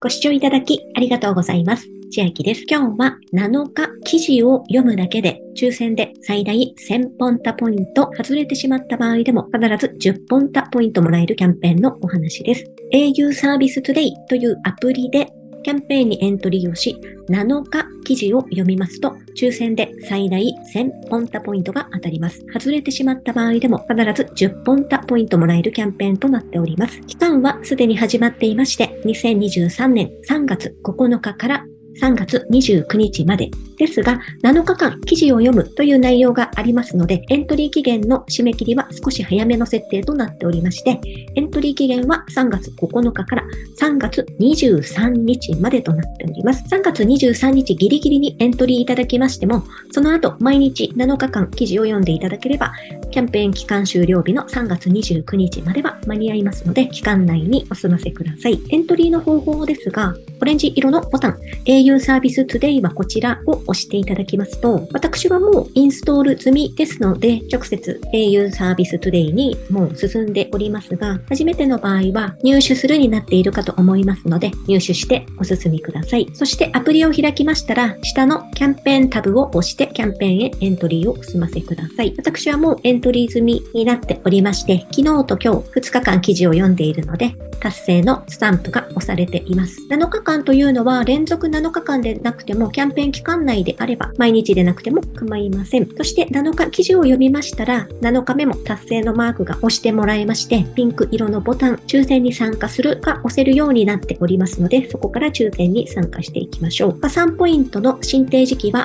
ご視聴いただきありがとうございます。千秋です。今日は7日記事を読むだけで抽選で最大1000ポンタポイント、外れてしまった場合でも必ず10ポンタポイントもらえるキャンペーンのお話です。au サービストゥデイというアプリでキャンペーンにエントリーをし、7日記事を読みますと、抽選で最大1000ポンタポイントが当たります。外れてしまった場合でも必ず10ポンタポイントもらえるキャンペーンとなっております。期間はすでに始まっていまして、2023年3月9日から3月29日までですが、7日間記事を読むという内容がありますので、エントリー期限の締め切りは少し早めの設定となっておりまして、エントリー期限は3月9日から3月23日までとなっております。3月23日ギリギリにエントリーいただきましても、その後毎日7日間記事を読んでいただければ、キャンペーン期間終了日の3月29日までは間に合いますので、期間内にお済ませください。エントリーの方法ですが、オレンジ色のボタン、au サービストゥデイはこちらを押していただきますと、私はもうインストール済みですので、直接 au サービストゥデイにもう進んでおりますが、初めての場合は入手するになっているかと思いますので、入手してお進みください。そしてアプリを開きましたら、下のキャンペーンタブを押してキャンペーンへエントリーを済ませください。私はもうエントリー済みになっておりまして、昨日と今日2日間記事を読んでいるので、達成のスタンプが押されています。7日間というのは連続7日間でなくてもキャンペーン期間内であれば毎日でなくても構いません。そして7日記事を読みましたら7日目も達成のマークが押してもらえまして、ピンク色のボタン抽選に参加するが押せるようになっておりますので、そこから抽選に参加していきましょう。加算ポイントの申請時期は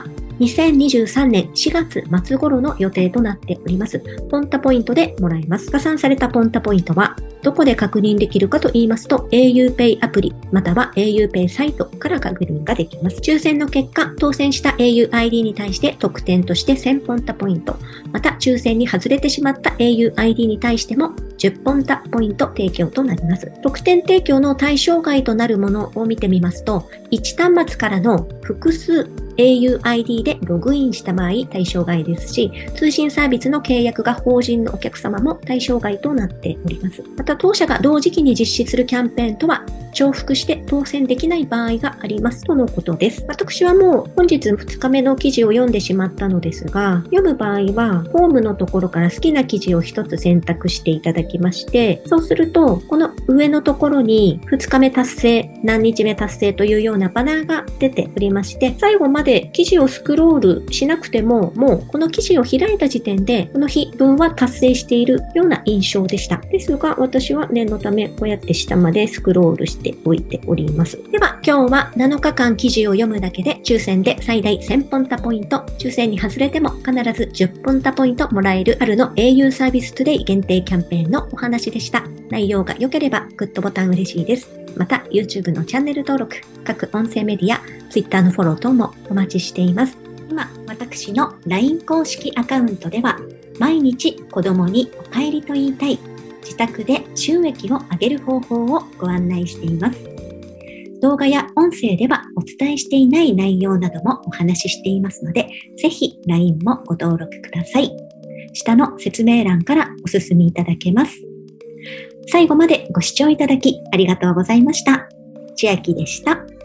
2023年4月末頃の予定となっております。ポンタポイントでもらえます。加算されたポンタポイントはどこで確認できるかと言いますと auPay アプリまたは auPay サイトから確認ができます。抽選の結果、当選した auID に対して特典として1000ポンタポイント、また抽選に外れてしまった auID に対しても10ポンタポイント提供となります。特典提供の対象外となるものを見てみますと、1端末からの複数auID でログインした場合対象外ですし、通信サービスの契約が法人のお客様も対象外となっております。また当社が同時期に実施するキャンペーンとは重複して当選できない場合がありますとのことです。私はもう本日2日目の記事を読んでしまったのですが、読む場合はホームのところから好きな記事を一つ選択していただきまして、そうするとこの上のところに2日目達成、何日目達成というようなバナーが出ておりまして、最後まで記事をスクロールしなくても、もうこの記事を開いた時点でこの日分は達成しているような印象でした。ですが私は念のためこうやって下までスクロールしておいております。では今日は7日間記事を読むだけで抽選で最大1000ポンタポイント、抽選に外れても必ず10ポンタポイントもらえる春の au サービストゥデイ限定キャンペーンのお話でした。内容が良ければグッドボタン嬉しいです。また YouTube のチャンネル登録、各音声メディア、Twitter のフォロー等もお待ちしています。今、私の LINE 公式アカウントでは毎日子供にお帰りと言いたい、自宅で収益を上げる方法をご案内しています。動画や音声ではお伝えしていない内容などもお話ししていますので、ぜひ LINE もご登録ください。下の説明欄からお進みいただけます。最後までご視聴いただきありがとうございました。千秋でした。